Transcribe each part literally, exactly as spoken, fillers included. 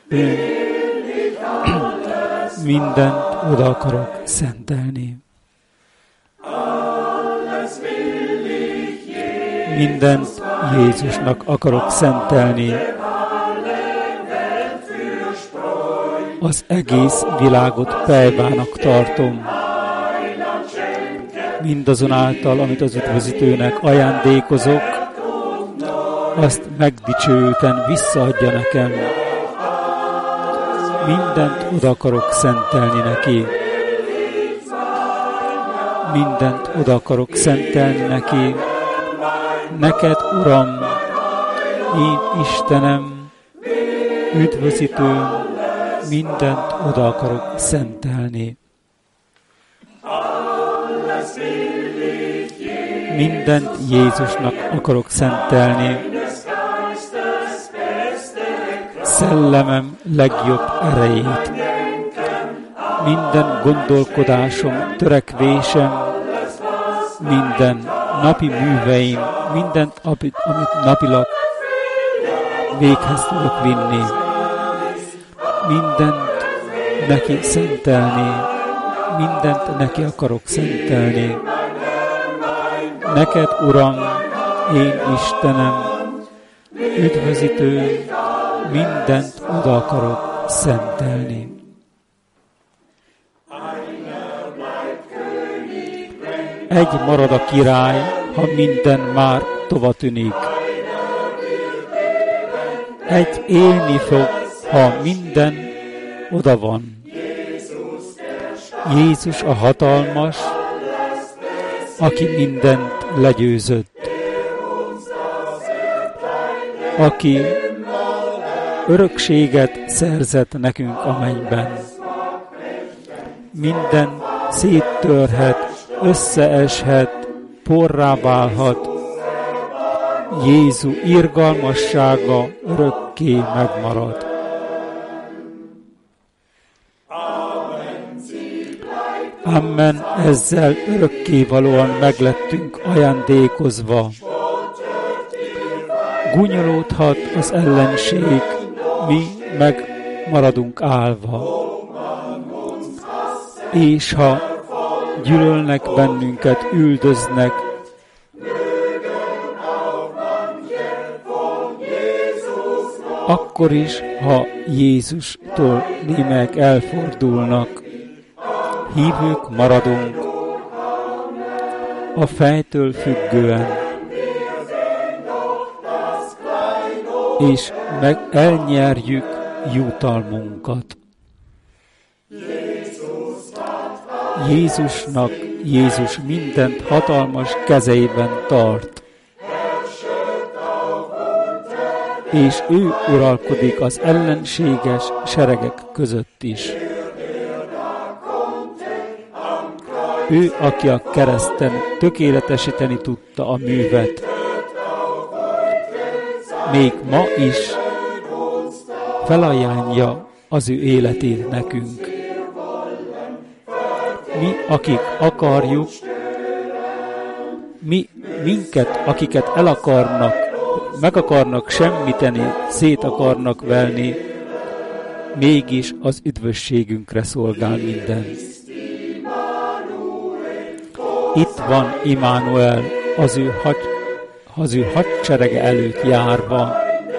mindent oda akarok szentelni. Mindent Jézusnak akarok szentelni. Az egész világot pejvának tartom. Mindazonáltal, amit az üdvözítőnek ajándékozok, azt megdicsőülten visszaadja nekem. Mindent oda akarok szentelni neki. Mindent oda akarok szentelni neki. Neked, Uram, én Istenem, üdvözítőm, mindent oda akarok szentelni. Mindent Jézusnak akarok szentelni. Szellemem legjobb erejét. Minden gondolkodásom, törekvésem, minden napi műveim, mindent, amit napilag véghez tudok vinni. Mindent neki szentelni, mindent neki akarok szentelni. Neked, Uram, én Istenem, üdvözítőm, mindent oda akarok szentelni. Egy marad a király, ha minden már tovatűnik. Egy élni fog, ha minden oda van. Jézus a hatalmas, aki mindent legyőzött. Aki örökséget szerzett nekünk a mennyben. Minden széttörhet, összeeshet, porrá válhat. Jézus irgalmassága örökké megmarad. Amen, ezzel örökkévalóan meglettünk ajándékozva. Gúnyolódhat az ellenség, mi megmaradunk állva. És ha gyűlölnek bennünket, üldöznek, akkor is, ha Jézustól némelyek elfordulnak, hívők maradunk a fejtől függően, és meg elnyerjük jutalmunkat. Jézusnak Jézus mindent hatalmas kezeiben tart, és ő uralkodik az ellenséges seregek között is. Ő, aki a kereszten tökéletesíteni tudta a művet, még ma is felajánlja az ő életét nekünk. Mi, akik akarjuk, mi minket, akiket el akarnak, meg akarnak semmíteni, szét akarnak velni, mégis az üdvösségünkre szolgál minden. Itt van Immanuel, az ő, had, az ő hadserege előtt járva,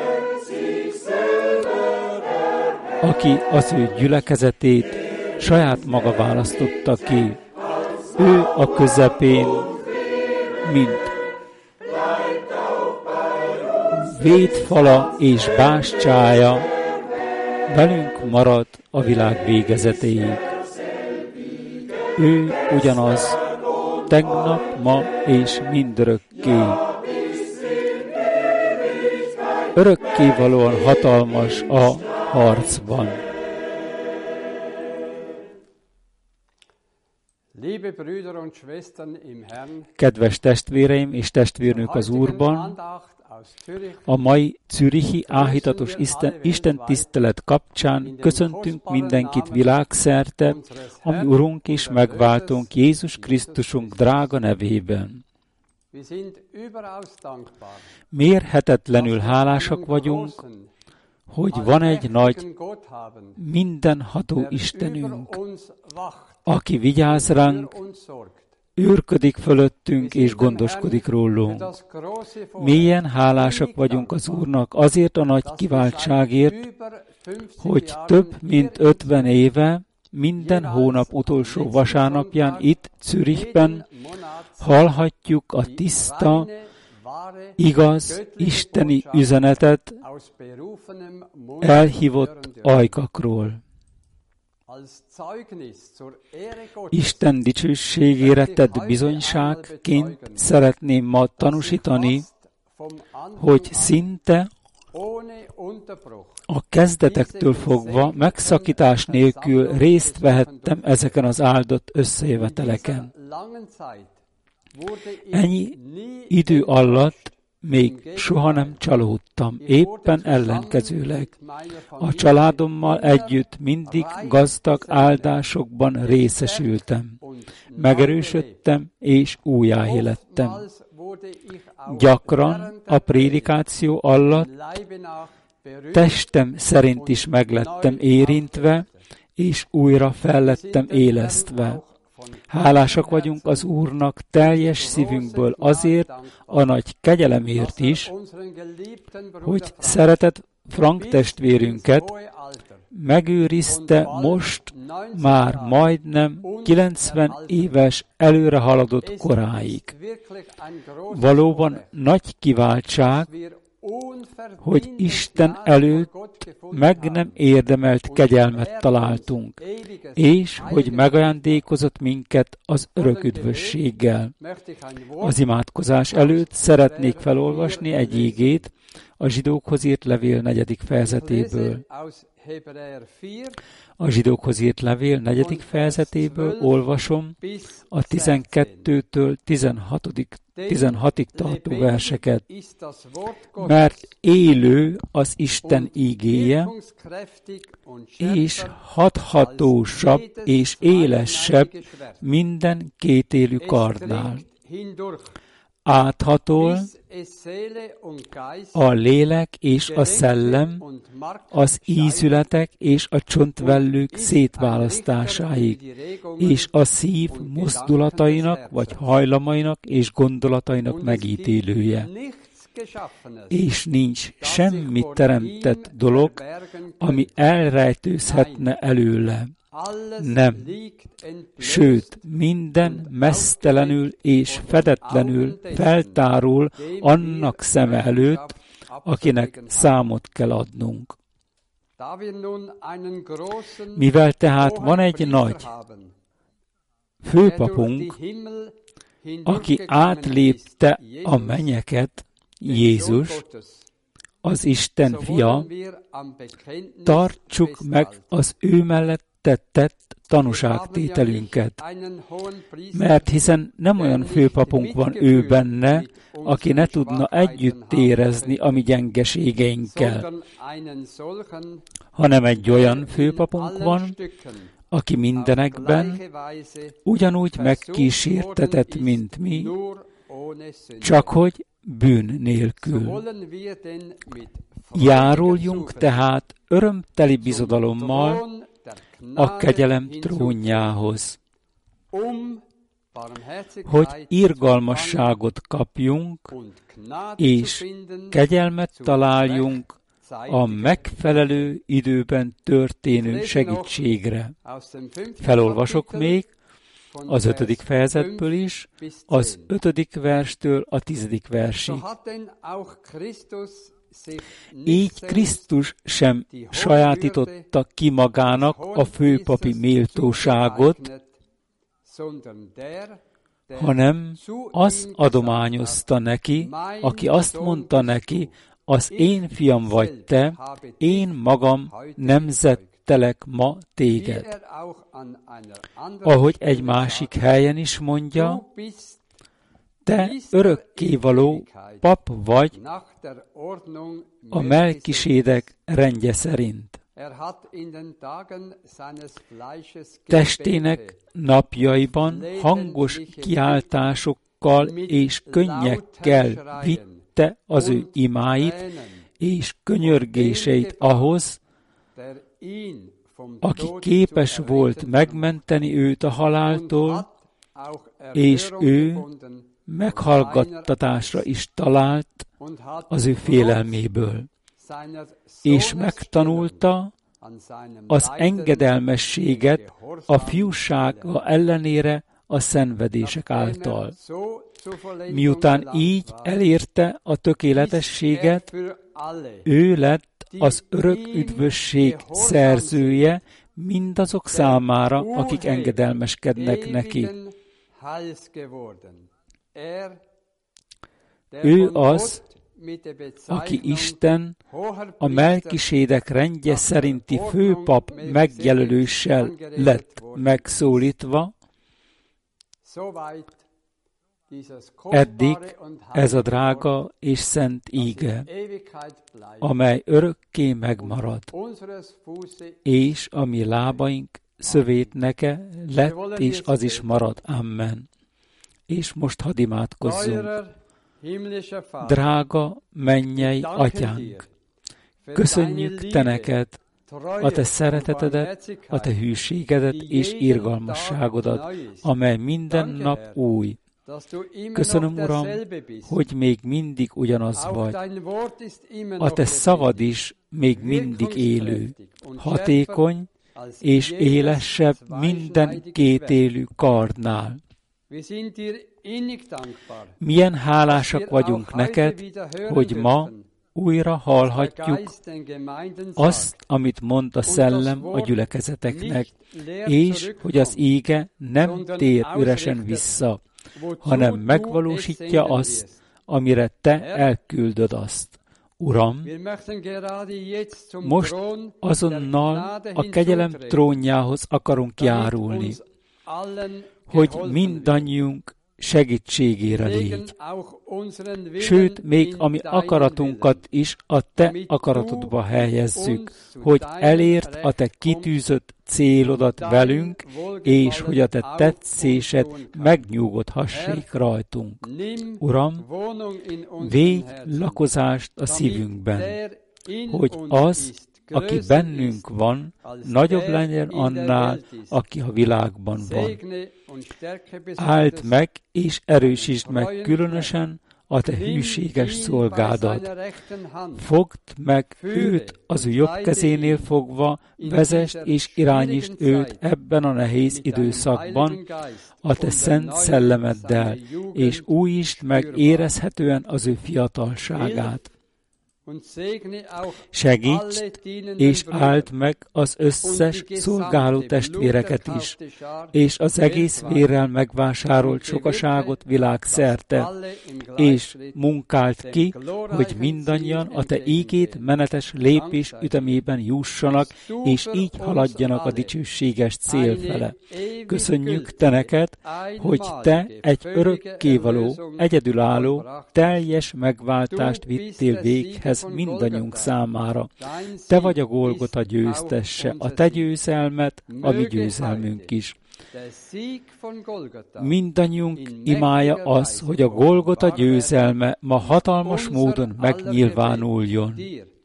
aki az ő gyülekezetét saját maga választotta ki. Ő a közepén, mint védfala és bástyája, velünk marad a világ végezetéig. Ő ugyanaz, tegnap, ma és mindörökké. Örökkévalóan hatalmas a harcban. Kedves testvéreim és testvérnők az Úrban, a mai zürichi áhítatos Isten, Isten tisztelet kapcsán köszöntünk mindenkit világszerte, ami Urunk és megváltónk Jézus Krisztusunk drága nevében. Mérhetetlenül hálásak vagyunk, hogy van egy nagy, mindenható Istenünk, aki vigyáz ránk, őrködik fölöttünk és gondoskodik rólunk. Mélyen hálásak vagyunk az Úrnak azért a nagy kiváltságért, hogy több mint ötven éve minden hónap utolsó vasárnapján itt Zürichben hallhatjuk a tiszta, igaz, isteni üzenetet elhívott ajkakról. Isten dicsőségére tett bizonyságként szeretném ma tanúsítani, hogy szinte a kezdetektől fogva megszakítás nélkül részt vehettem ezeken az áldott összejöveteleken. Ennyi idő alatt még soha nem csalódtam, éppen ellenkezőleg. A családommal együtt mindig gazdag áldásokban részesültem. Megerősödtem és újjáélettem. Gyakran a prédikáció alatt testem szerint is meglettem érintve, és újra fellettem élesztve. Hálásak vagyunk az Úrnak teljes szívünkből azért, a nagy kegyelemért is, hogy szeretett Frank testvérünket megőrizte most már majdnem kilencven éves előre haladott koráig. Valóban nagy kiváltság, hogy Isten előtt meg nem érdemelt kegyelmet találtunk, és hogy megajándékozott minket az örök üdvösséggel. Az imádkozás előtt szeretnék felolvasni egy ígét a Zsidókhoz írt levél negyedik fejezetéből. A Zsidókhoz írt levél negyedik fejezetéből olvasom a tizenkettőtől tizenhatig tartó verseket. Mert élő az Isten ígéje, és hathatósabb és élesebb minden kétélű kardnál. Áthatol a lélek és a szellem, az ízületek és a csontvellők szétválasztásáig, és a szív mozdulatainak vagy hajlamainak és gondolatainak megítélője. És nincs semmi teremtett dolog, ami elrejtőzhetne előle. Nem. Sőt, minden meztelenül és fedetlenül feltárul annak szeme előtt, akinek számot kell adnunk. Mivel tehát van egy nagy főpapunk, aki átlépte a mennyeket, Jézus, az Isten fia, tartsuk meg az ő mellett tett tanúságtételünket. Mert hiszen nem olyan főpapunk van ő benne, aki ne tudna együtt érezni a mi gyengeségeinkkel, hanem egy olyan főpapunk van, aki mindenekben ugyanúgy megkísértetett, mint mi, csak hogy bűn nélkül. Járuljunk tehát örömteli bizodalommal a kegyelem trónjához, hogy irgalmasságot kapjunk, és kegyelmet találjunk a megfelelő időben történő segítségre. Felolvasok még az ötödik fejezetből is, az ötödik verstől a tizedik versig. Így Krisztus sem sajátította ki magának a főpapi méltóságot, hanem az adományozta neki, aki azt mondta neki, az én fiam vagy te, én magam nemzettelek ma téged. Ahogy egy másik helyen is mondja, te örökkévaló pap vagy a Melkisédek rendje szerint. Testének napjaiban hangos kiáltásokkal és könnyekkel vitte az ő imáit, és könyörgéseit ahhoz, aki képes volt megmenteni őt a haláltól, és ő meghallgattatásra is talált az ő félelméből, és megtanulta az engedelmességet a fiúsága ellenére a szenvedések által. Miután így elérte a tökéletességet, ő lett az örök üdvösség szerzője mindazok számára, akik engedelmeskednek neki. Ő az, aki Isten a Melkisédek rendje szerinti főpap megjelöléssel lett megszólítva. Eddig ez a drága és szent íge, amely örökké megmarad, és a mi lábaink szövétneke lett, és az is marad. Amen. És most hadd imádkozzunk. Drága mennyei Atyánk, köszönjük Te neked a Te szeretetedet, a Te hűségedet és irgalmasságodat, amely minden nap új. Köszönöm, Uram, hogy még mindig ugyanaz vagy. A Te szavad is még mindig élő, hatékony és élesebb minden kétélű kardnál. Milyen hálásak vagyunk neked, hogy ma újra hallhatjuk azt, amit mond a Szellem a gyülekezeteknek, és hogy az íge nem tér üresen vissza, hanem megvalósítja azt, amire Te elküldöd azt. Uram, most azonnal a kegyelem trónjához akarunk járulni, hogy mindannyiunk segítségére légy. Sőt, még a mi akaratunkat is a Te akaratodba helyezzük, hogy elért a Te kitűzött célodat velünk, és hogy a Te tetszésed megnyugodhassék rajtunk. Uram, védj lakozást a szívünkben, hogy az, aki bennünk van, nagyobb legyen annál, aki a világban van. Áld meg és erősítsd meg különösen a Te hűséges szolgádat. Fogd meg őt az ő jobb kezénél fogva, vezesd és irányítsd őt ebben a nehéz időszakban a Te szent szellemeddel, és újítsd meg érezhetően az ő fiatalságát. Segítsd és áld meg az összes szolgáló testvéreket is, és az egész vérrel megvásárolt sokaságot világszerte, és munkáld ki, hogy mindannyian a Te ígét menetes lépés ütemében jussanak, és így haladjanak a dicsőséges cél fele. Köszönjük Te neked, hogy Te egy örökkévaló, egyedülálló, teljes megváltást vittél véghez mindannyiunk számára. Te vagy a Golgota győztesse, a Te győzelmet, a mi győzelmünk is. Mindannyiunk imája az, hogy a Golgota győzelme ma hatalmas módon megnyilvánuljon.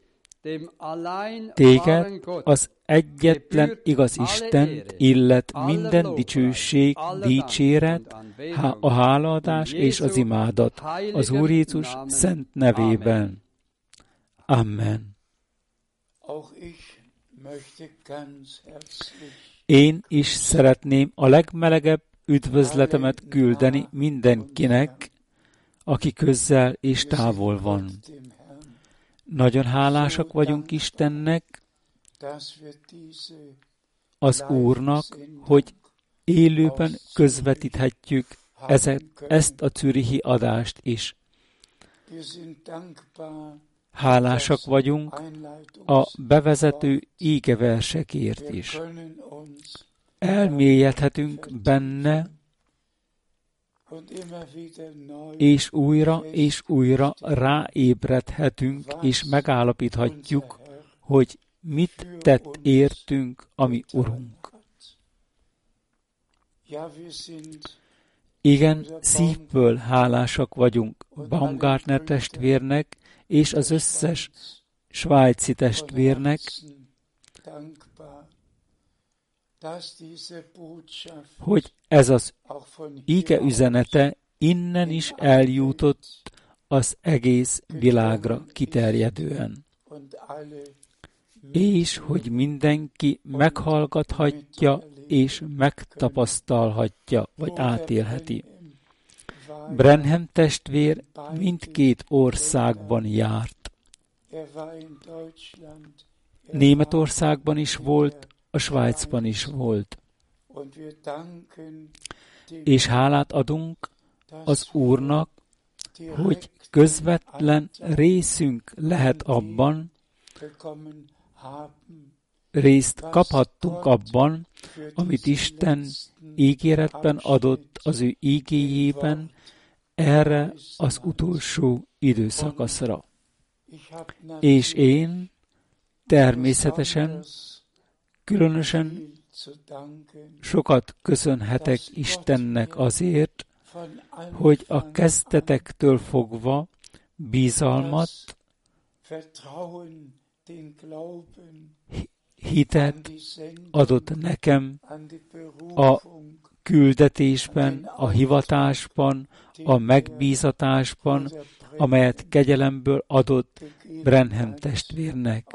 Téged, az egyetlen igaz Istent illet minden dicsőség, dicséret, a hálaadás és az imádat az Úr Jézus szent nevében. Amen. Én is szeretném a legmelegebb üdvözletemet küldeni mindenkinek, aki közel és távol van. Nagyon hálásak vagyunk Istennek, az Úrnak, hogy élőben közvetíthetjük ezek, ezt a zürichi adást is. Hálásak vagyunk a bevezető ígeversekért is. Elmélyedhetünk benne, és újra és újra ráébredhetünk, és megállapíthatjuk, hogy mit tett értünk a mi Urunk. Igen, szívből hálásak vagyunk Baumgartner testvérnek, és az összes svájci testvérnek, hogy ez az ige üzenete innen is eljutott az egész világra kiterjedően, és hogy mindenki meghallgathatja és megtapasztalhatja, vagy átélheti. Branham testvér mindkét országban járt. Németországban is volt, a Svájcban is volt. És hálát adunk az Úrnak, hogy közvetlen részünk lehet abban, részt kaphattunk abban, amit Isten ígéretben adott az ő ígéjében erre az utolsó időszakaszra. És én természetesen különösen sokat köszönhetek Istennek azért, hogy a kezdetektől fogva bizalmat, hitet adott nekem a küldetésben, a hivatásban, a megbízatásban, amelyet kegyelemből adott Branham testvérnek.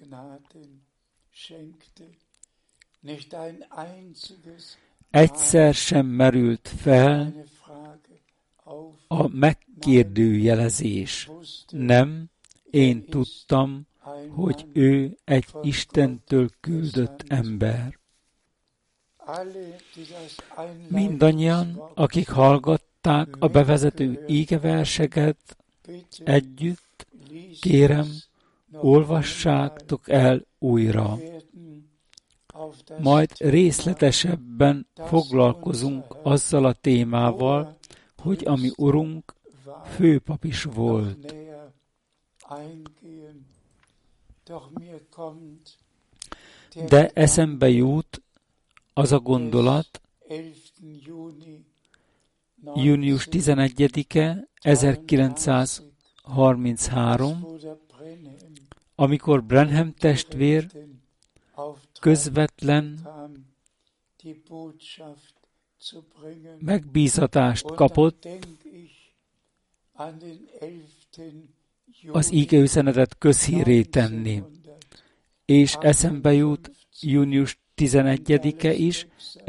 Egyszer sem merült fel a megkérdőjelezés. Nem, én tudtam, hogy ő egy Istentől küldött ember. Mindannyian, akik hallgatták a bevezető ígeverseket együtt, kérem, olvassátok el újra. Majd részletesebben foglalkozunk azzal a témával, hogy a mi Urunk főpap is volt. De eszembe jut az a gondolat, június tizenegyedike, ezerkilencszázharminchárom, amikor Branham testvér közvetlen megbízatást kapott az ígeüzenetet közhírré tenni. És eszembe jut június tizenegyedike is,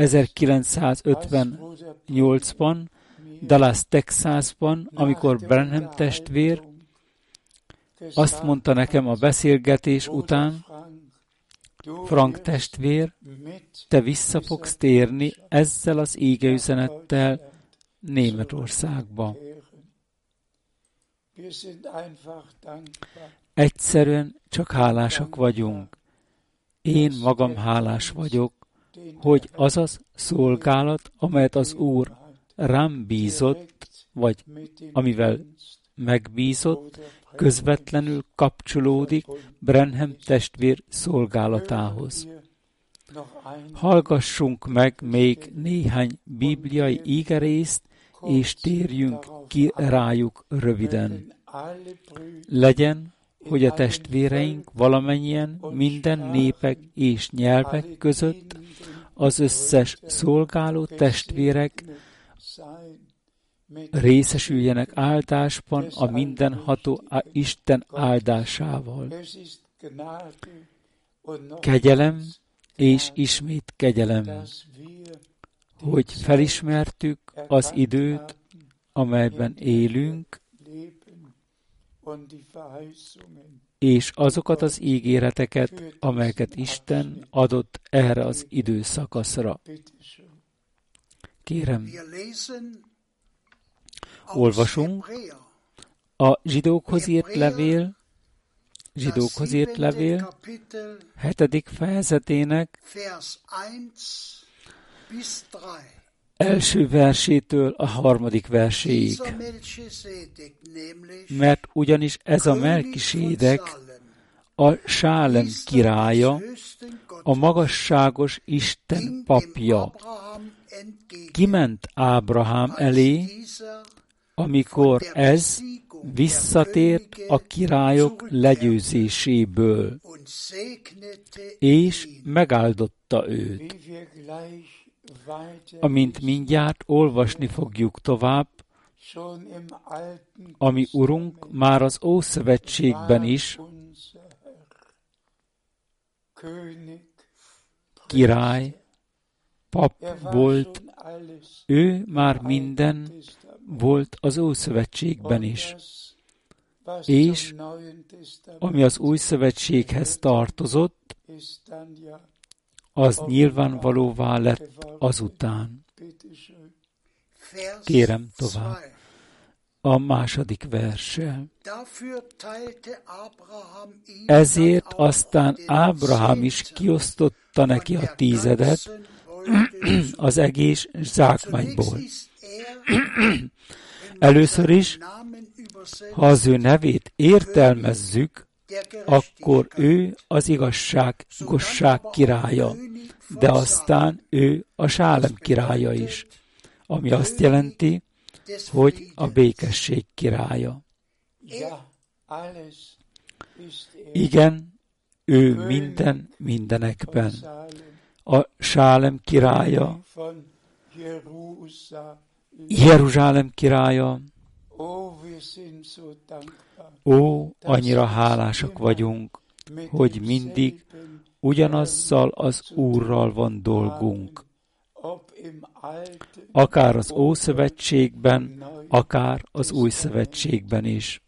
ezerkilencszázötvennyolcban, Dallas, Texasban, amikor Branham testvér azt mondta nekem a beszélgetés után, Frank testvér, te vissza fogsz térni ezzel az ígeüzenettel Németországba. Egyszerűen csak hálásak vagyunk. Én magam hálás vagyok, hogy az az szolgálat, amelyet az Úr rám bízott, vagy amivel megbízott, közvetlenül kapcsolódik Branham testvér szolgálatához. Hallgassunk meg még néhány bibliai ígerészt, és térjünk ki rájuk röviden. Legyen, hogy a testvéreink valamennyien minden népek és nyelvek között, az összes szolgáló testvérek részesüljenek áldásban a mindenható Isten áldásával. Kegyelem és ismét kegyelem, hogy felismertük az időt, amelyben élünk, és azokat az ígéreteket, amelyeket Isten adott erre az időszakaszra. Kérem, olvasunk a zsidókhoz írt levél, zsidókhoz írt levél, hetedik fejezetének első versétől a harmadik verséig. Mert ugyanis ez a Melkisédek, a Sálem királya, a magasságos Isten papja, kiment Ábrahám elé, amikor ez visszatért a királyok legyőzéséből, és megáldotta őt. Amint mindjárt olvasni fogjuk tovább, ami Urunk már az Ószövetségben is király, pap volt, ő már minden volt az Ószövetségben is, és ami az Új Szövetséghez tartozott, az nyilvánvalóvá lett azután. Kérem tovább. A második verssel. Ezért aztán Ábrahám is kiosztotta neki a tízedet az egész zsákmányból. Először is, ha az ő nevét értelmezzük, akkor ő az igazságosság királya, de aztán ő a Sálem királya is, ami azt jelenti, hogy a békesség királya. Igen, ő minden mindenekben. A Sálem királya, Jeruzsálem királya. Ó, annyira hálásak vagyunk, hogy mindig ugyanazzal az Úrral van dolgunk. Akár az Ószövetségben, akár az Új Szövetségben is.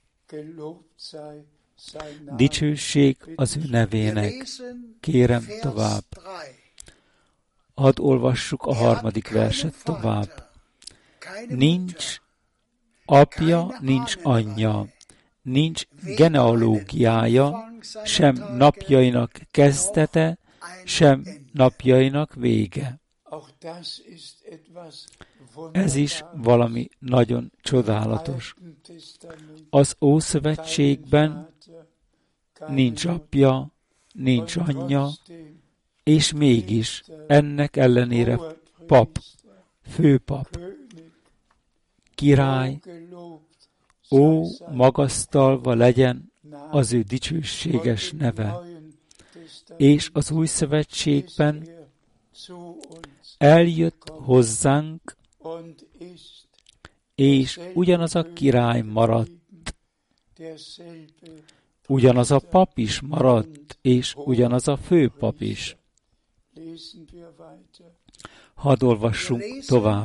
Dicsőség az ő nevének. Kérem tovább. Hadd olvassuk a harmadik verset tovább. Nincs apja, nincs anyja, nincs genealógiája, sem napjainak kezdete, sem napjainak vége. Ez is valami nagyon csodálatos. Az Ószövetségben nincs apja, nincs anyja, és mégis ennek ellenére pap, főpap, király, ó, magasztalva legyen az ő dicsőséges neve. És az Új Szövetségben eljött hozzánk, és ugyanaz a király maradt, ugyanaz a pap is maradt, és ugyanaz a főpap is. Hadd olvassunk tovább.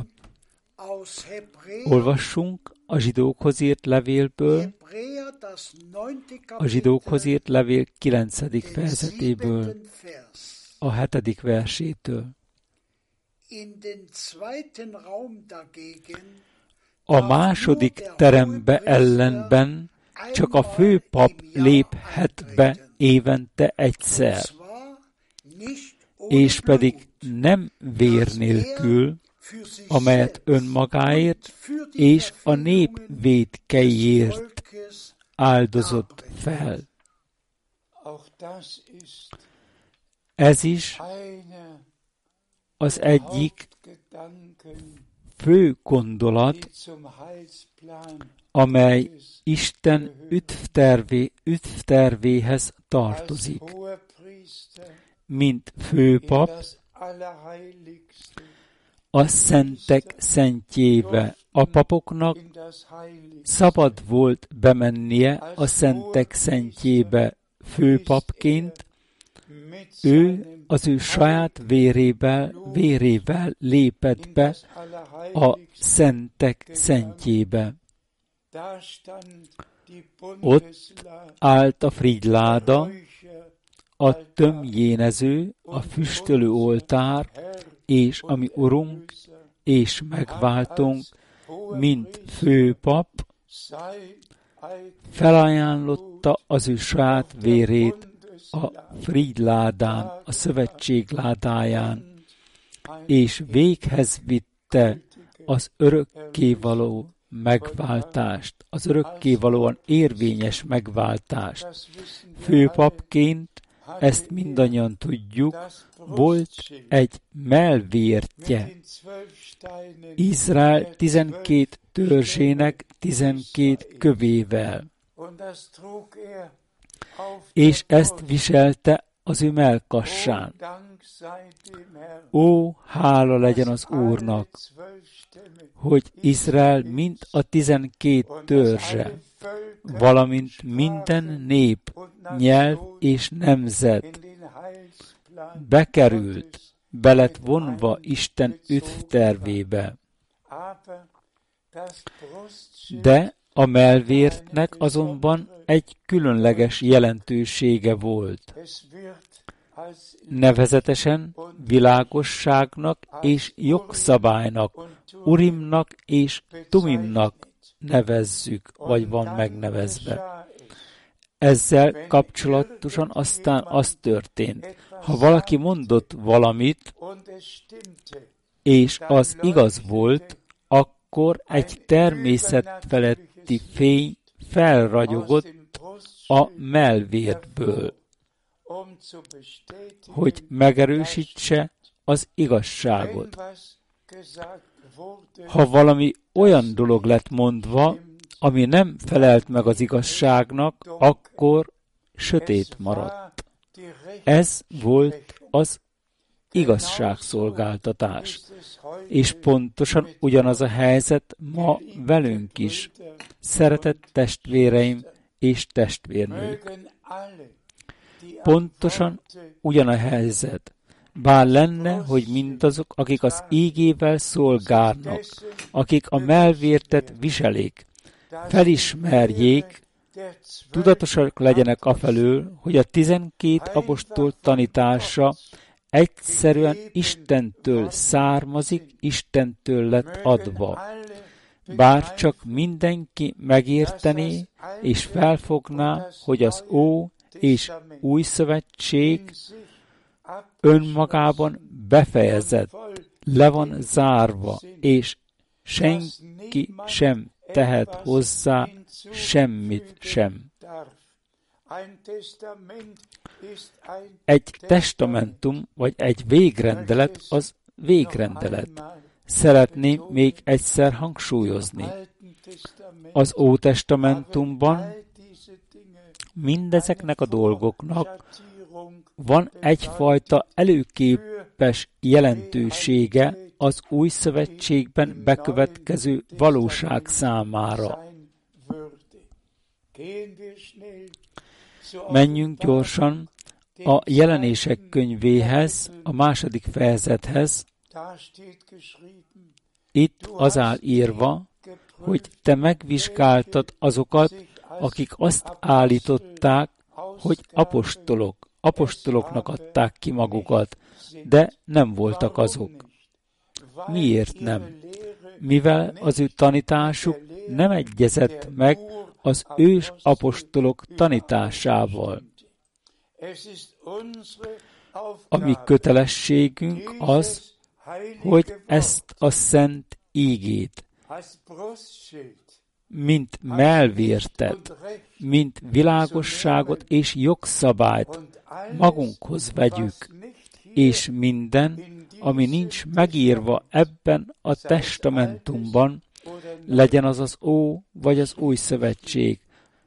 Olvassunk a zsidókhoz írt levélből, a zsidókhoz írt levél kilencedik fejezetéből, a hetedik versétől. A második terembe ellenben csak a főpap léphet be évente egyszer, és pedig nem vér nélkül, amelyet önmagáért és a nép vétkeiért áldozott fel. Ez is az egyik fő gondolat, amely Isten üdvtervé, üdvtervéhez tartozik. Mint főpap, a szentek szentjébe. A papoknak szabad volt bemennie a szentek szentjébe főpapként, ő az ő saját vérével, vérével lépett be a szentek szentjébe. Ott állt a frigyláda, a tömjénező, a füstölő oltár, és a mi Urunk és megváltunk, mint főpap, felajánlotta az ő saját vérét a frigyládán, a szövetségládáján, és véghez vitte az örökkévaló megváltást, az örökkévalóan érvényes megváltást. Főpapként ezt mindannyian tudjuk, volt egy mellvértje. Izrael tizenkét törzsének tizenkét kövével. És ezt viselte az ő mellkassán. Ó, hála legyen az Úrnak, hogy Izrael mind a tizenkét törzse, valamint minden nép, nyelv és nemzet bekerült, be lett vonva Isten üdvtervébe. De a mellvértnek azonban egy különleges jelentősége volt. Nevezetesen világosságnak és jogszabálynak, Urimnak és Tumimnak nevezzük, vagy van megnevezve. Ezzel kapcsolatosan aztán az történt, ha valaki mondott valamit, és az igaz volt, akkor egy természetfeletti fény felragyogott a mellvértből, hogy megerősítse az igazságot. Ha valami olyan dolog lett mondva, ami nem felelt meg az igazságnak, akkor sötét maradt. Ez volt az igazságszolgáltatás. És pontosan ugyanaz a helyzet ma velünk is, szeretett testvéreim és testvérnők. Pontosan ugyan a helyzet. Bár lenne, hogy mindazok, akik az ígével szolgálnak, akik a mellvértet viselik, felismerjék, tudatosak legyenek afelől, hogy a tizenkét apostol tanítása egyszerűen Istentől származik, Istentől lett adva. Bár csak mindenki megértené és felfogná, hogy az Ó és Új Szövetség önmagában befejezett, le van zárva, és senki sem tehet hozzá semmit sem. Egy testamentum, vagy egy végrendelet, az végrendelet. Szeretném még egyszer hangsúlyozni. Az Ótestamentumban mindezeknek a dolgoknak van egyfajta előképes jelentősége az Új Szövetségben bekövetkező valóság számára. Menjünk gyorsan a Jelenések könyvéhez, a második fejezethez. Itt az áll írva, hogy te megvizsgáltad azokat, akik azt állították, hogy apostolok, apostoloknak adták ki magukat, de nem voltak azok. Miért nem? Mivel az ő tanításuk nem egyezett meg az ős apostolok tanításával. A mi kötelességünk az, hogy ezt a szent ígét, mint mellvértet, mint világosságot és jogszabályt magunkhoz vegyük, és minden, ami nincs megírva ebben a testamentumban, legyen az az Ó vagy az Új Szövetség,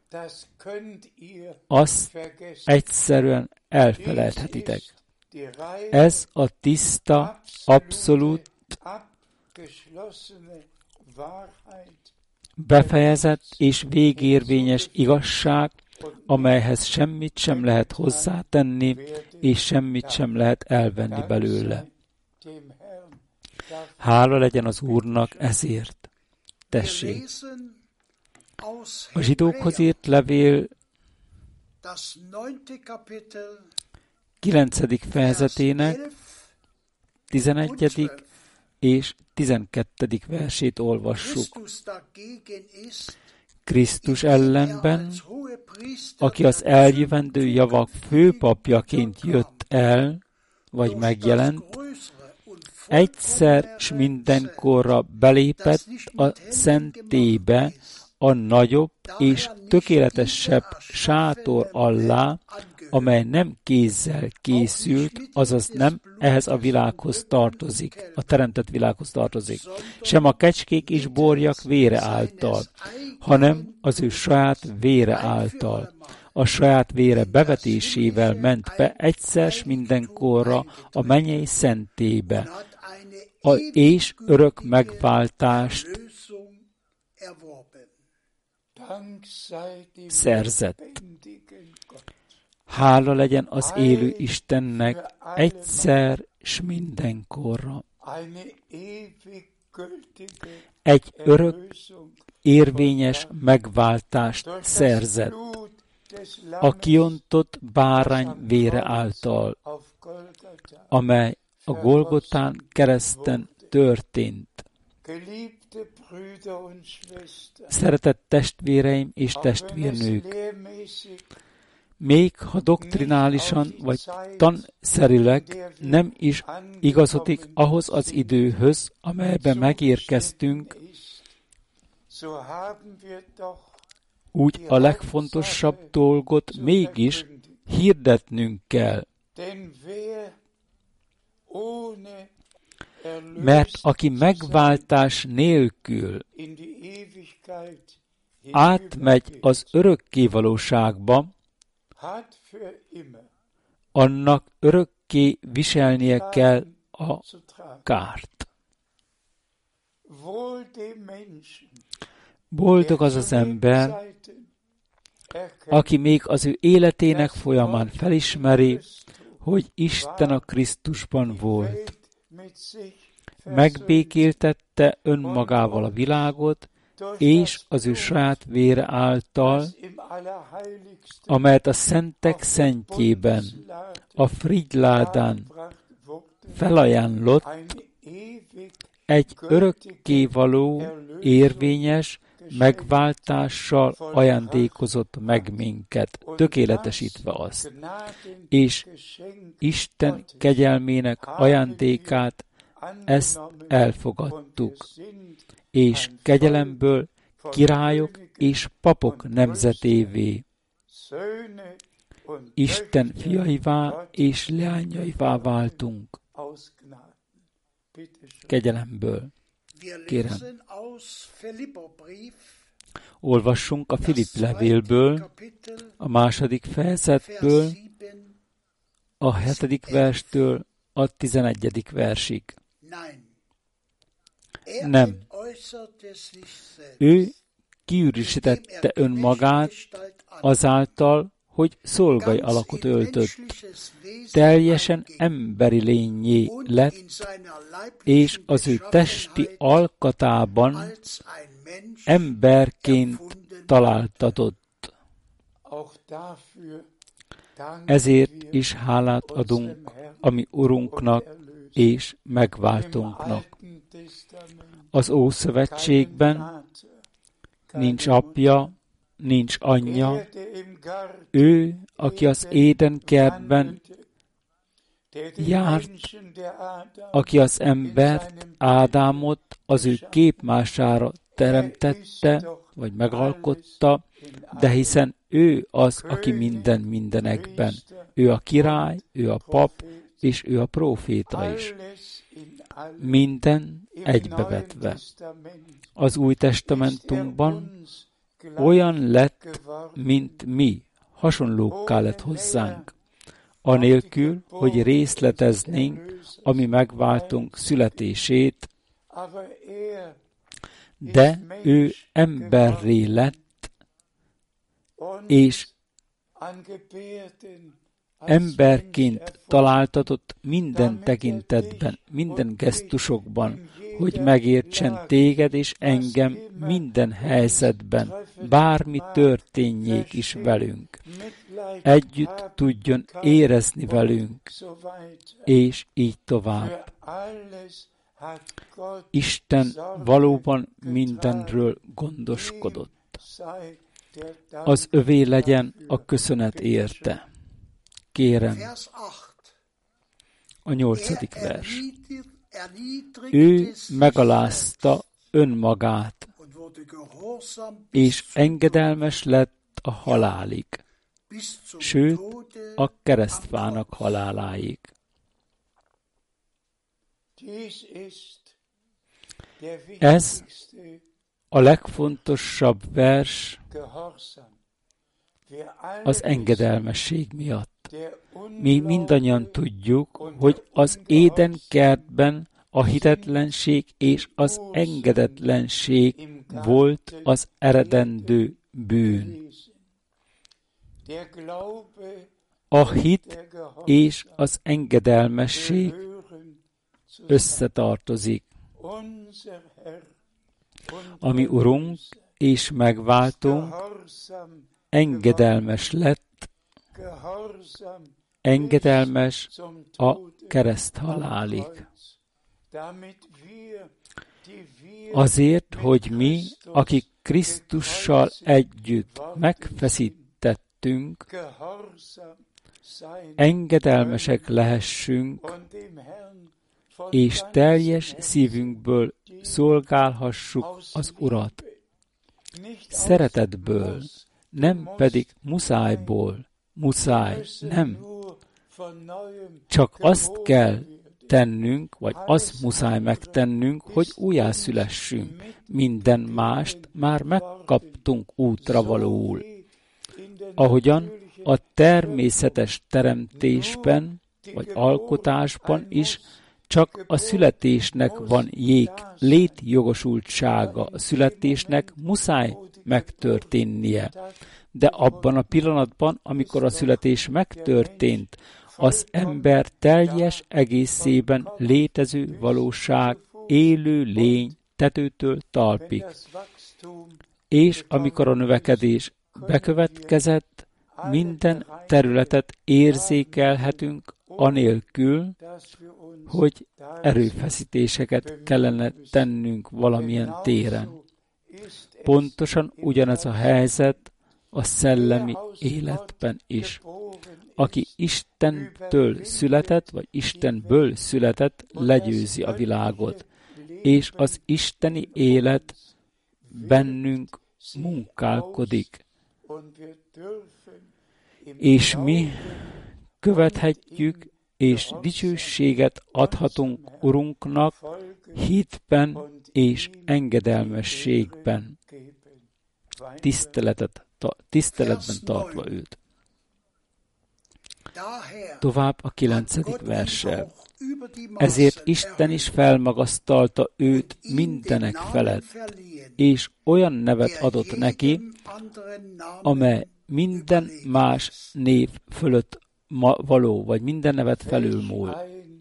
azt egyszerűen elfelejthetitek. Ez a tiszta, abszolút, befejezett és végérvényes igazság, amelyhez semmit sem lehet hozzátenni, és semmit sem lehet elvenni belőle. Hála legyen az Úrnak ezért. Tessék! A zsidókhoz írt levél kilencedik fejezetének tizenegyedik és tizenkettedik versét olvassuk. Krisztus ellenben, aki az eljövendő javak főpapjaként jött el, vagy megjelent, egyszer s mindenkorra belépett a szentélybe, a nagyobb és tökéletesebb sátor alá, amely nem kézzel készült, azaz nem ehhez a világhoz tartozik, a teremtett világhoz tartozik, sem a kecskék és borjak vére által, hanem az ő saját vére által. A saját vére bevetésével ment be egyszer mindenkorra a mennyei szentélybe, a, és örök megváltást szerzett. Hála legyen az élő Istennek egyszer s mindenkorra. Egy örök érvényes megváltást szerzett a kiontott bárány vére által, amely a Golgotán kereszten történt. Szeretett testvéreim és testvérnők, még ha doktrinálisan vagy tanszerileg nem is igazodik ahhoz az időhöz, amelyben megérkeztünk, úgy a legfontosabb dolgot mégis hirdetnünk kell. Mert aki megváltás nélkül átmegy az örökkévalóságba, annak örökké viselnie kell a kárt. Boldog az az ember, aki még az ő életének folyamán felismeri, hogy Isten a Krisztusban volt. Megbékéltette önmagával a világot, és az ő saját vére által, amelyet a szentek szentjében, a frigyládán felajánlott, egy örökkévaló, érvényes megváltással ajándékozott meg minket, tökéletesítve azt, és Isten kegyelmének ajándékát, ezt elfogadtuk, és kegyelemből királyok és papok nemzetévé, Isten fiaivá és leányaivá váltunk. Kegyelemből. Kérem. Olvassunk a Filipp levélből, a második fejezetből, a hetedik verstől a tizenegyedik versig. Nem. Ő kiürösítette önmagát azáltal, hogy szolgai alakot öltött. Teljesen emberi lényé lett, és az ő testi alkatában emberként találtatott. Ezért is hálát adunk a mi Urunknak és megváltónknak. Az Ószövetségben nincs apja, nincs anyja, ő, aki az Édenkertben járt, aki az embert, Ádámot az ő képmására teremtette, vagy megalkotta, de hiszen ő az, aki minden mindenekben. Ő a király, ő a pap, és ő a próféta is. Minden egybevetve. Az Új Testamentumban olyan lett, mint mi, hasonlókká lett hozzánk, anélkül, hogy részleteznénk a mi megváltunk születését, de ő emberré lett, és emberként találtatott minden tekintetben, minden gesztusokban, hogy megértsen téged és engem minden helyzetben, bármi történjék is velünk. Együtt tudjon érezni velünk, és így tovább. Isten valóban mindenről gondoskodott. Az övé legyen a köszönet érte. Kérem, a nyolcadik vers. Ő megalázta önmagát, és engedelmes lett a halálig, sőt, a keresztfának haláláig. Ez a legfontosabb vers az engedelmesség miatt. Mi mindannyian tudjuk, hogy az Éden kertben a hitetlenség és az engedetlenség volt az eredendő bűn. A hit és az engedelmesség összetartozik. Ami Urunk és megváltónk engedelmes lett, engedelmes a kereszthalálig. Azért, hogy mi, akik Krisztussal együtt megfeszítettünk, engedelmesek lehessünk, és teljes szívünkből szolgálhassuk az Urat. Szeretetből, nem pedig muszájból. Muszáj, nem. Csak azt kell tennünk, vagy azt muszáj megtennünk, hogy újjászülessünk. Minden mást már megkaptunk útravalóul. Ahogyan a természetes teremtésben, vagy alkotásban is csak a születésnek van jég, létjogosultsága. A születésnek muszáj megtörténnie. De abban a pillanatban, amikor a születés megtörtént, az ember teljes egészében létező valóság, élő lény tetőtől talpig. És amikor a növekedés bekövetkezett, minden területet érzékelhetünk anélkül, hogy erőfeszítéseket kellene tennünk valamilyen téren. Pontosan ugyanez a helyzet a szellemi életben is. Aki Istentől született, vagy Istenből született, legyőzi a világot, és az isteni élet bennünk munkálkodik. És mi követhetjük, és dicsőséget adhatunk Urunknak hitben és engedelmességben, tiszteletet, ta, tiszteletben tartva őt. Tovább a kilencedik verssel. Ezért Isten is felmagasztalta őt mindenek felett, és olyan nevet adott neki, amely minden más név fölött való, vagy minden nevet felülmúl.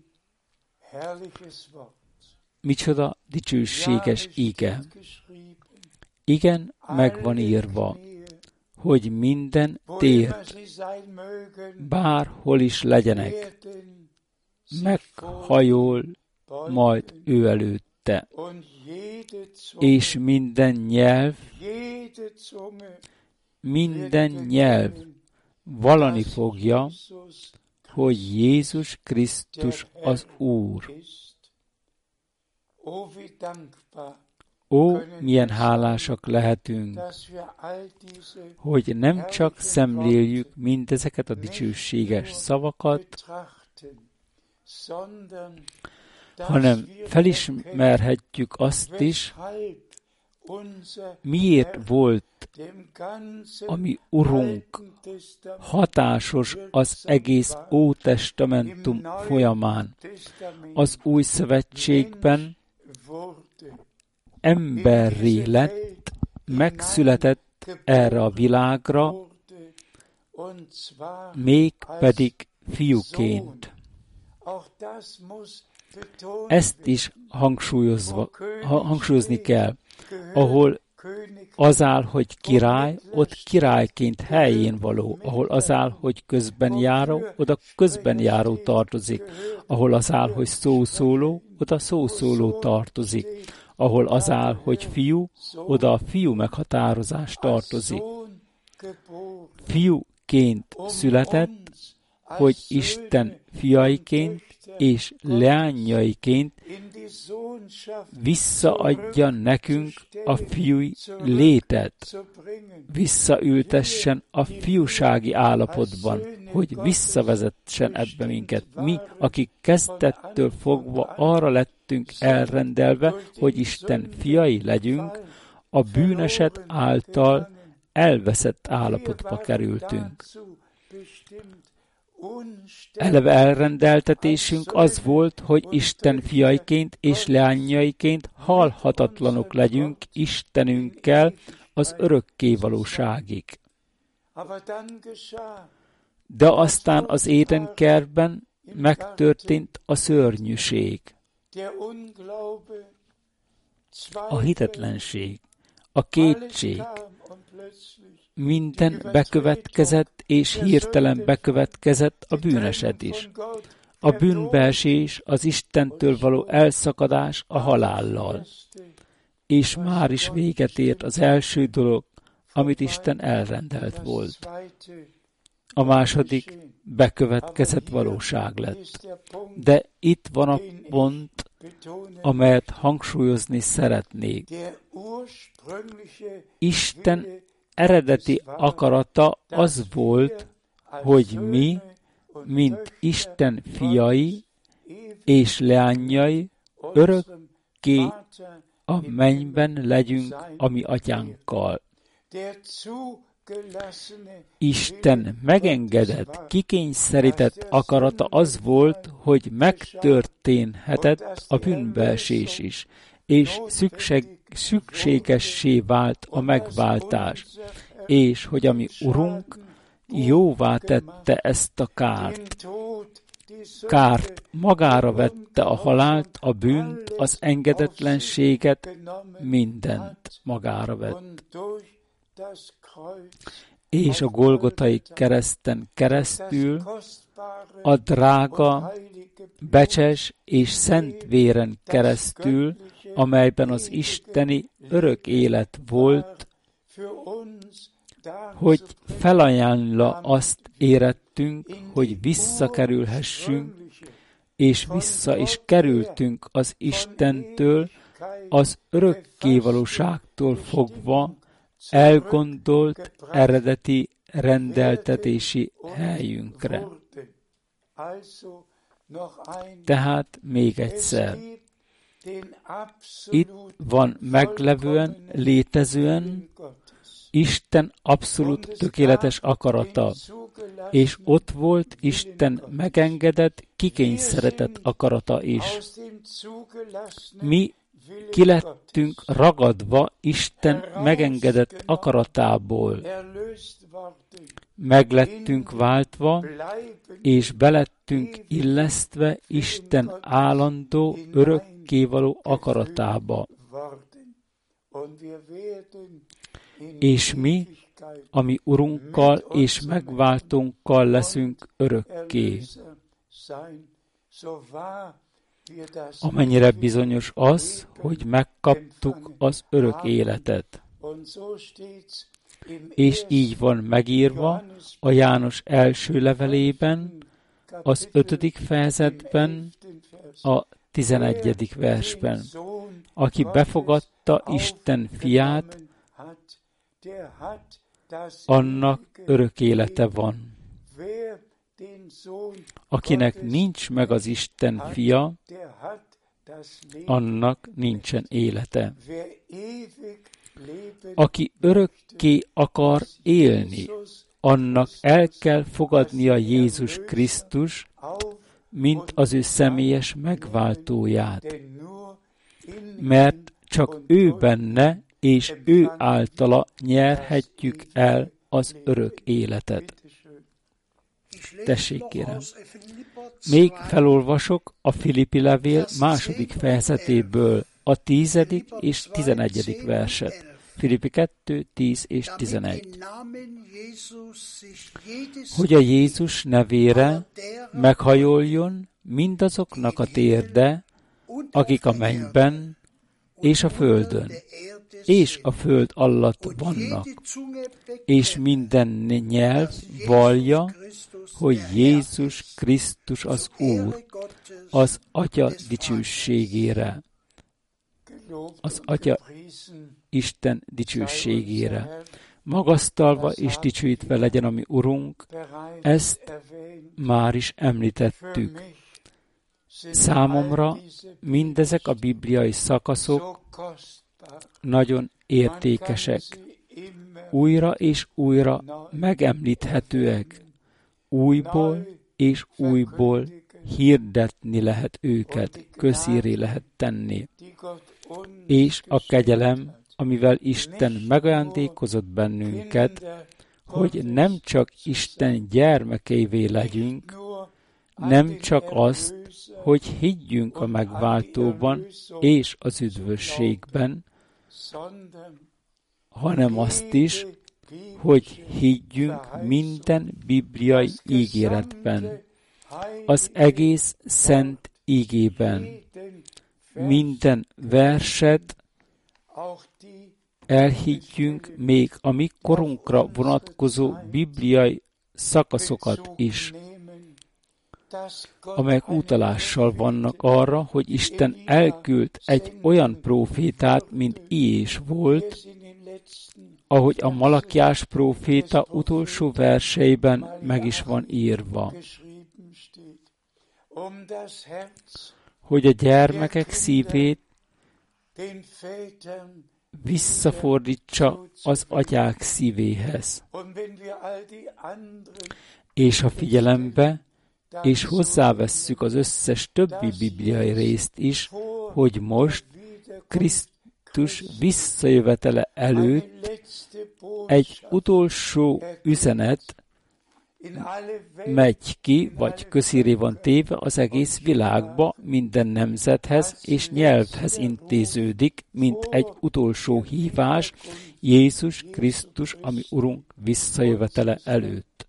Micsoda dicsőséges ige. Igen, meg van írva, hogy minden tért, bárhol is legyenek, meghajol majd ő előtte, és minden nyelv, minden nyelv vallani fogja, hogy Jézus Krisztus az Úr. Ó, milyen hálásak lehetünk, hogy nem csak szemléljük mindezeket a dicsőséges szavakat, hanem felismerhetjük azt is, miért volt a mi Urunk hatásos az egész Ótestamentum folyamán. Az Új Szövetségben emberré lett, megszületett erre a világra, mégpedig fiúként. Ezt is hangsúlyozva, hangsúlyozni kell, ahol az áll, hogy király, ott királyként helyén való, ahol az áll, hogy közben járó, oda közben járó tartozik, ahol az áll, hogy szószóló, oda szószóló tartozik, ahol az áll, hogy fiú, oda a fiú meghatározás tartozik. Fiúként született, hogy Isten fiaiként és leányaiként visszaadja nekünk a fiúi létet, visszaültessen a fiúsági állapotban, hogy visszavezessen ebbe minket. Mi, akik kezdettől fogva arra lettünk elrendelve, hogy Isten fiai legyünk, a bűneset által elveszett állapotba kerültünk. Eleve elrendeltetésünk az volt, hogy Isten fiaiként és leányaiként halhatatlanok legyünk Istenünkkel az örökkévalóságig. De aztán az Édenkertben megtörtént a szörnyűség, a hitetlenség, a kétség. Minden bekövetkezett, és hirtelen bekövetkezett a bűneset is. A bűnbeesés, az Istentől való elszakadás a halállal. És már is véget ért az első dolog, amit Isten elrendelt volt. A második bekövetkezett valóság lett. De itt van a pont, amelyet hangsúlyozni szeretnék. Isten eredeti akarata az volt, hogy mi, mint Isten fiai és leányai, örökké a mennyben legyünk a mi atyánkkal. Isten megengedett, kikényszerített akarata az volt, hogy megtörténhetett a bűnbeesés is, és szükség, szükségessé vált a megváltás, és hogy a mi Urunk jóvá tette ezt a kárt. Kárt magára vette a halált, a bűnt, az engedetlenséget, mindent magára vett. És a Golgotai kereszten keresztül a drága, becses és szent véren keresztül, amelyben az isteni örök élet volt, hogy felajánla azt érettünk, hogy visszakerülhessünk, és vissza is kerültünk az Istentől, az örökkévalóságtól fogva, elgondolt eredeti rendeltetési helyünkre. Tehát még egyszer, itt van meglevően, létezően Isten abszolút tökéletes akarata, és ott volt Isten megengedett, kikényszerített akarata is. Mi ki lettünk ragadva Isten megengedett akaratából. Meglettünk váltva, és belettünk illesztve Isten állandó, örökkévaló akaratába. És mi, a mi Urunkkal és megváltónkkal leszünk örökké. Amennyire bizonyos az, hogy megkaptuk az örök életet. És így van megírva a János első levelében, az ötödik fejezetben, a tizenegyedik versben. Aki befogadta Isten fiát, annak örök élete van. Akinek nincs meg az Isten fia, annak nincsen élete. Aki örökké akar élni, annak el kell fogadnia Jézus Krisztus, mint az ő személyes megváltóját. Mert csak ő benne, és ő általa nyerhetjük el az örök életet. Tessék, kérem. Még felolvasok a Filippi levél második fejezetéből a tízedik és tizenegyedik verset. Filippi kettő, tíz és tizenegy. Hogy a Jézus nevére meghajoljon mindazoknak a térde, akik a mennyben és a földön, és a föld alatt vannak, és minden nyelv vallja, hogy Jézus Krisztus az Úr, az Atya dicsőségére, az Atya Isten dicsőségére. magasztalva és dicsőítve legyen a mi Urunk, ezt már is említettük. Számomra mindezek a bibliai szakaszok nagyon értékesek. Újra és újra megemlíthetőek. Újból és újból hirdetni lehet őket, közhírré lehet tenni. És a kegyelem, amivel Isten megajándékozott bennünket, hogy nem csak Isten gyermekeivé legyünk, nem csak azt, hogy higgyünk a megváltóban és az üdvösségben, hanem azt is, hogy higgyünk minden bibliai ígéretben, az egész szent ígében, minden verset elhiggyünk, még a mi korunkra vonatkozó bibliai szakaszokat is, amelyek utalással vannak arra, hogy Isten elküldt egy olyan prófétát, mint Iés volt, ahogy a Malakiás próféta utolsó verseiben meg is van írva, hogy a gyermekek szívét visszafordítsa az atyák szívéhez. És ha figyelembe és hozzávesszük az összes többi bibliai részt is, hogy most Krisztus visszajövetele előtt egy utolsó üzenet megy ki, vagy közhírré van téve az egész világba, minden nemzethez és nyelvhez intéződik, mint egy utolsó hívás Jézus Krisztus, ami Urunk visszajövetele előtt.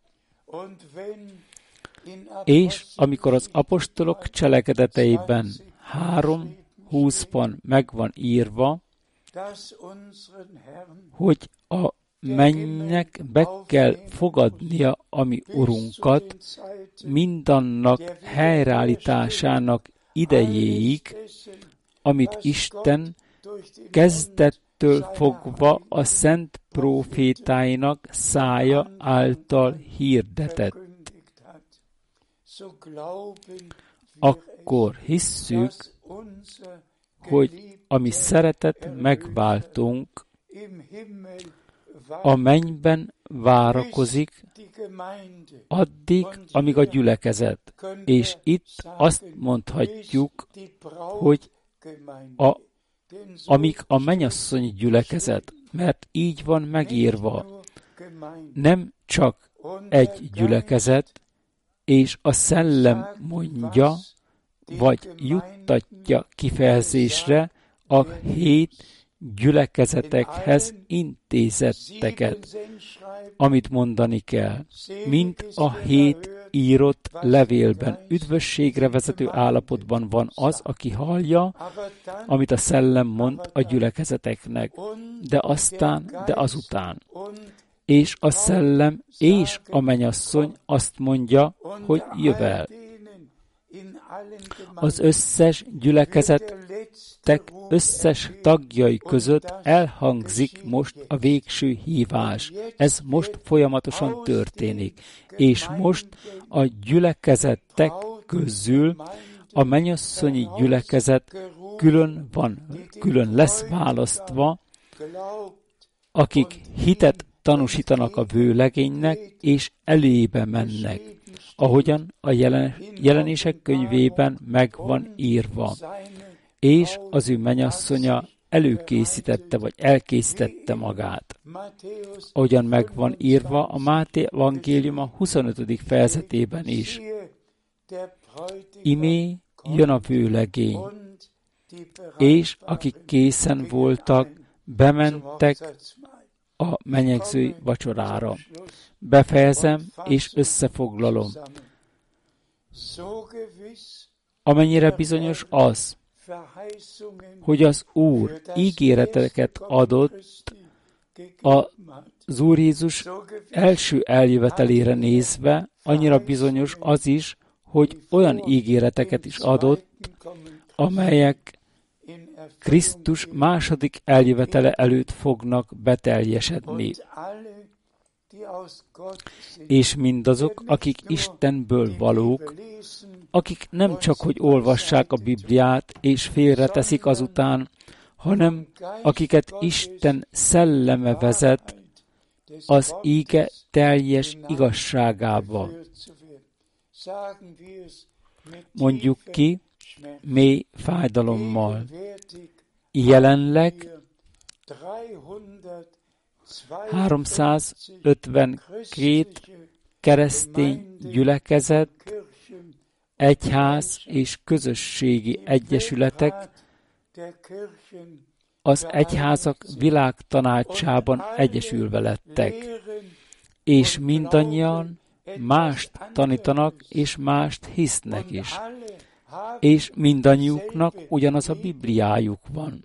És amikor az apostolok cselekedeteiben három húszban meg van írva, hogy a mennynek be kell fogadnia a mi Urunkat mindannak helyreállításának idejéig, amit Isten kezdettől fogva a szent prófétáinak szája által hirdetett. Akkor hisszük, hogy a mi szeretett megváltónk a mennyben várakozik addig, amíg a gyülekezet. És itt azt mondhatjuk, hogy a, amíg a mennyasszonyi gyülekezet, mert így van megírva, nem csak egy gyülekezet, és a szellem mondja, vagy juttatja kifejezésre a hét gyülekezetekhez intézetteket, amit mondani kell, mint a hét írott levélben. Üdvösségre vezető állapotban van az, aki hallja, amit a szellem mond a gyülekezeteknek, de aztán, de azután. És a szellem és a mennyasszony azt mondja, hogy jövel. Az összes gyülekezetek összes tagjai között elhangzik most a végső hívás. Ez most folyamatosan történik. És most a gyülekezetek közül a mennyasszonyi gyülekezet külön van, külön lesz választva, akik hitet tanúsítanak a vőlegénynek, és elébe mennek, ahogyan a jelen, jelenések könyvében meg van írva. És az ő mennyasszonya előkészítette, vagy elkészítette magát. Ahogyan meg van írva a Máté evangélium a huszonötödik fejezetében is. Imé jön a vőlegény, és akik készen voltak, bementek a menyegzői vacsorára. Befejezem és összefoglalom. Amennyire bizonyos az, hogy az Úr ígéreteket adott az Úr Jézus első eljövetelére nézve, annyira bizonyos az is, hogy olyan ígéreteket is adott, amelyek Krisztus második eljövetele előtt fognak beteljesedni. És mindazok, akik Istenből valók, akik nem csak, hogy olvassák a Bibliát, és félreteszik azután, hanem akiket Isten szelleme vezet az íge teljes igazságába. Mondjuk ki, mély fájdalommal. Jelenleg háromszázötvenkét keresztény gyülekezet, egyház és közösségi egyesületek az egyházak világtanácsában egyesülve lettek, és mindannyian mást tanítanak, és mást hisznek is, és mindannyiuknak ugyanaz a Bibliájuk van.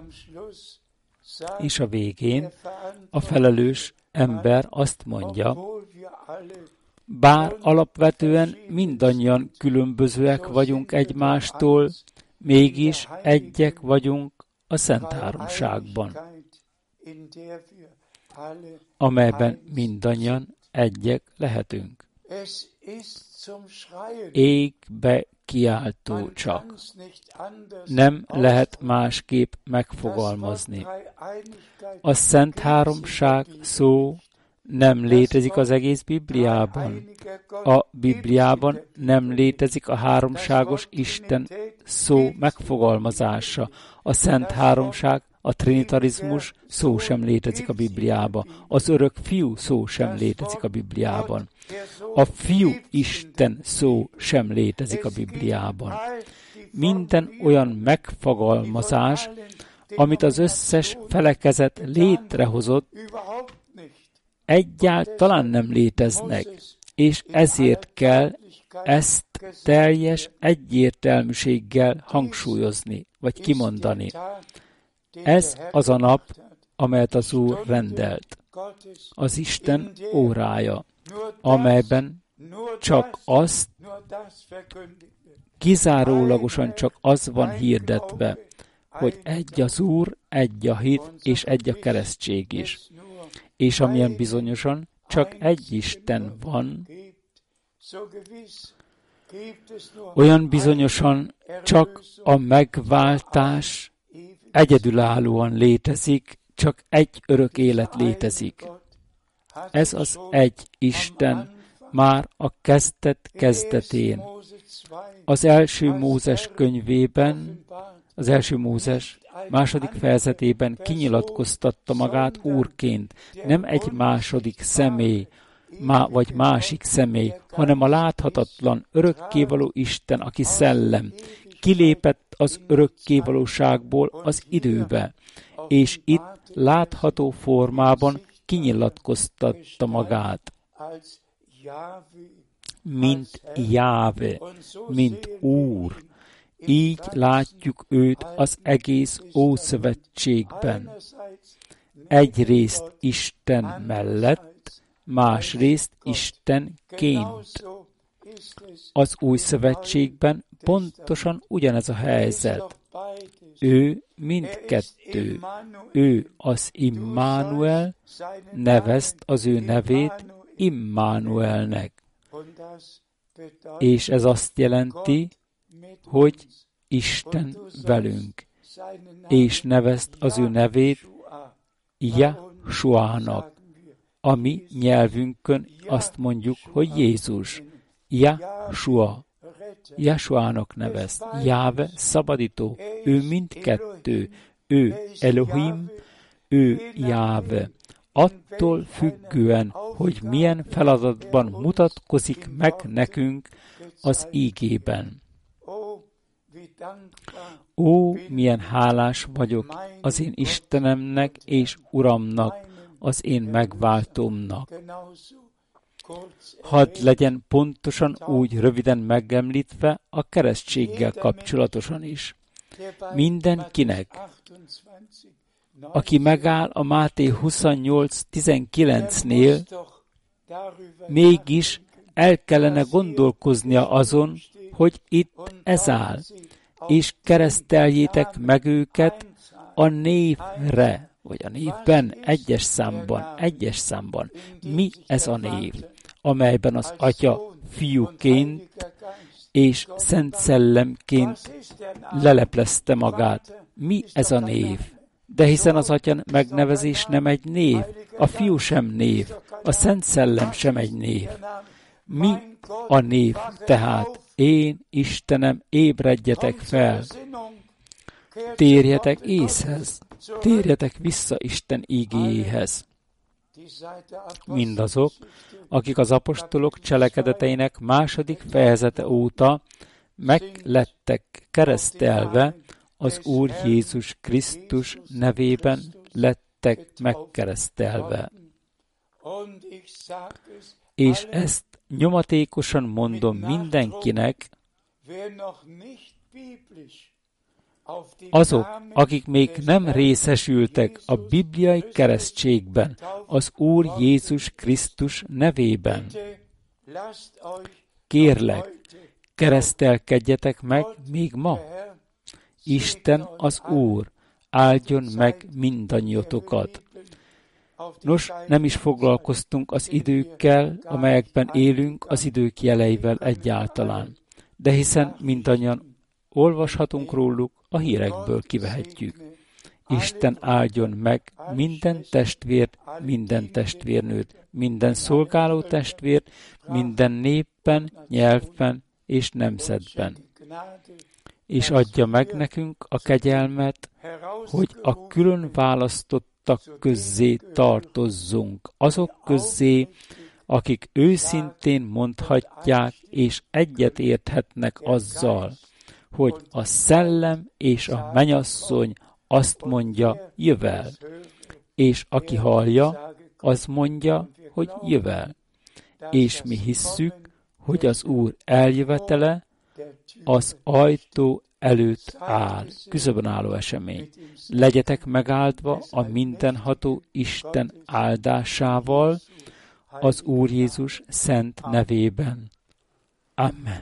És a végén a felelős ember azt mondja, bár alapvetően mindannyian különbözőek vagyunk egymástól, mégis egyek vagyunk a Szent Háromságban, amelyben mindannyian egyek lehetünk. Égbe kiáltó csak. Nem lehet másképp megfogalmazni. A Szent Háromság szó nem létezik az egész Bibliában. A Bibliában nem létezik a háromságos Isten szó megfogalmazása. A Szent Háromság, a trinitarizmus szó sem létezik a Bibliában. Az örök fiú szó sem létezik a Bibliában. A fiú Isten szó sem létezik a Bibliában. Minden olyan megfogalmazás, amit az összes felekezet létrehozott, egyáltalán nem léteznek, és ezért kell ezt teljes egyértelműséggel hangsúlyozni, vagy kimondani. Ez az a nap, amelyet az Úr rendelt, az Isten órája, amelyben csak azt, kizárólagosan csak az van hirdetve, hogy egy az Úr, egy a hit, és egy a keresztség is. És amilyen bizonyosan csak egy Isten van, olyan bizonyosan csak a megváltás egyedülállóan létezik, csak egy örök élet létezik. Ez az egy Isten már a kezdet kezdetén. Az első Mózes könyvében, az első Mózes második fejezetében kinyilatkoztatta magát Úrként, nem egy második személy, má, vagy másik személy, hanem a láthatatlan, örökkévaló Isten, aki szellem, kilépett az örökkévalóságból az időbe, és itt látható formában kinyilatkoztatta magát, mint Jáve, mint Úr. Így látjuk őt az egész Ószövetségben. Egyrészt Isten mellett, másrészt Istenként. Az Új Szövetségben pontosan ugyanez a helyzet. Ő mindkettő. Ő az Immanuel, nevezt az ő nevét Immanuelnek. És ez azt jelenti, hogy Isten velünk, és nevezt az ő nevét Jesuának. A mi nyelvünkön azt mondjuk, hogy Jézus. Jesua. Jesuának nevezt. Jáve szabadító. Ő mindkettő. Ő Elohim, ő Jáve. Attól függően, hogy milyen feladatban mutatkozik meg nekünk az ígében. Ó, milyen hálás vagyok az én Istenemnek és Uramnak, az én megváltómnak. Hadd legyen pontosan úgy röviden megemlítve a keresztséggel kapcsolatosan is. Mindenkinek, aki megáll a Máté huszonnyolc tizenkilencnél, mégis el kellene gondolkoznia azon, hogy itt ez áll. és kereszteljétek meg őket a névre, vagy a névben, egyes számban, egyes számban. Mi ez a név, amelyben az Atya fiúként és Szent Szellemként leleplezte magát? Mi ez a név? De hiszen az Atya megnevezés nem egy név, a Fiú sem név, a Szent Szellem sem egy név. Mi a név tehát? Én, Istenem, ébredjetek fel! Térjetek észhez, térjetek vissza Isten igéjéhez. Mindazok, akik az apostolok cselekedeteinek második fejezete óta meglettek keresztelve, az Úr Jézus Krisztus nevében lettek megkeresztelve. És ezt nyomatékosan mondom mindenkinek, azok, akik még nem részesültek a bibliai keresztségben, az Úr Jézus Krisztus nevében. Kérlek, keresztelkedjetek meg még ma. Isten az Úr áldjon meg mindannyiótokat. Nos, nem is foglalkoztunk az időkkel, amelyekben élünk, az idők jeleivel egyáltalán. De hiszen mindannyian olvashatunk róluk, a hírekből kivehetjük. Isten áldjon meg minden testvért, minden testvérnőt, minden szolgáló testvért, minden népben, nyelvben és nemzetben. És adja meg nekünk a kegyelmet, hogy a külön választottak közzé tartozzunk, azok közzé, akik őszintén mondhatják és egyet érthetnek azzal, hogy a szellem és a mennyasszony azt mondja, jövel, és aki hallja, az mondja, hogy jövel. És mi hisszük, hogy az Úr eljövetele az ajtó előtt áll, küszöbön álló esemény. Legyetek megáldva a mindenható Isten áldásával az Úr Jézus szent nevében. Amen.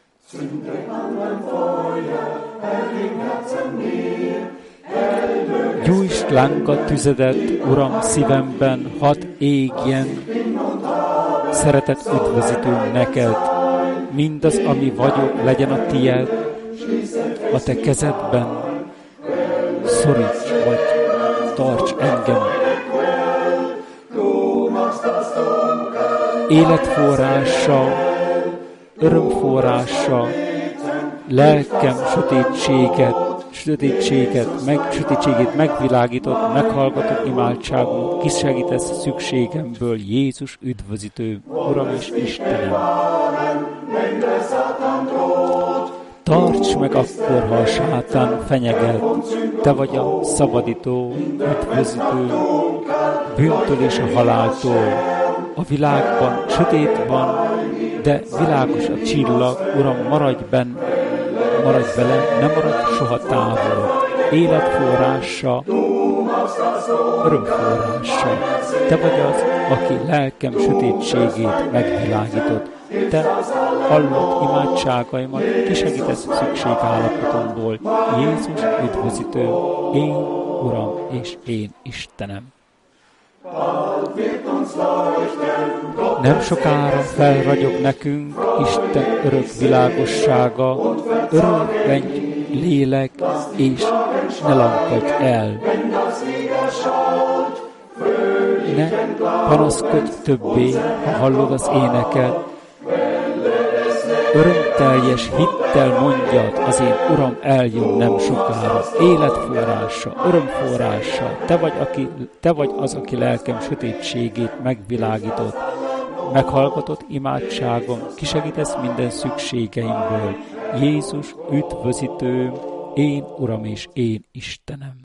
Gyújtsd lángat tüzedet, Uram, szívemben, hadd égjen, szeretett üdvözítőm neked, mindaz, ami vagyok, legyen a tiéd, a te kezedben, szoríts vagy tarts engem. Életforrása, örömforrása, lelkem sötétséget, sötétséget, meg, sötétségét megvilágított, meghallgatott imádságot, kisegítesz szükségemből, Jézus üdvözítő, Uram és Istenem. Tarts meg akkor, ha a sátán fenyeget, te vagy a szabadító, üdvözítő, bűntől és a haláltól. A világban sötét van, de világos a csillag, Uram, maradj benn, maradj vele, ne maradj soha távol. Életforrása, örömforrása. Te vagy az, aki lelkem sötétségét megvilágított. Te hallod imádságaimat, kisegítesz szükségállapotomból. Jézus üdvözítő, én Uram és én Istenem. Nem sokára felragyog nekünk Isten örök világossága, örökkenj lélek, és ne lankadj el. Ne panaszkodj többé, ha hallod az éneket. Örömteljes hittel mondjad, az én Uram eljön nem sokára. Életforrása, örömforrása, te vagy, aki, te vagy az, aki lelkem sötétségét megvilágított. Meghallgatott imádságom, kisegítesz minden szükségeimből. Jézus üdvözítőm, én Uram és én Istenem.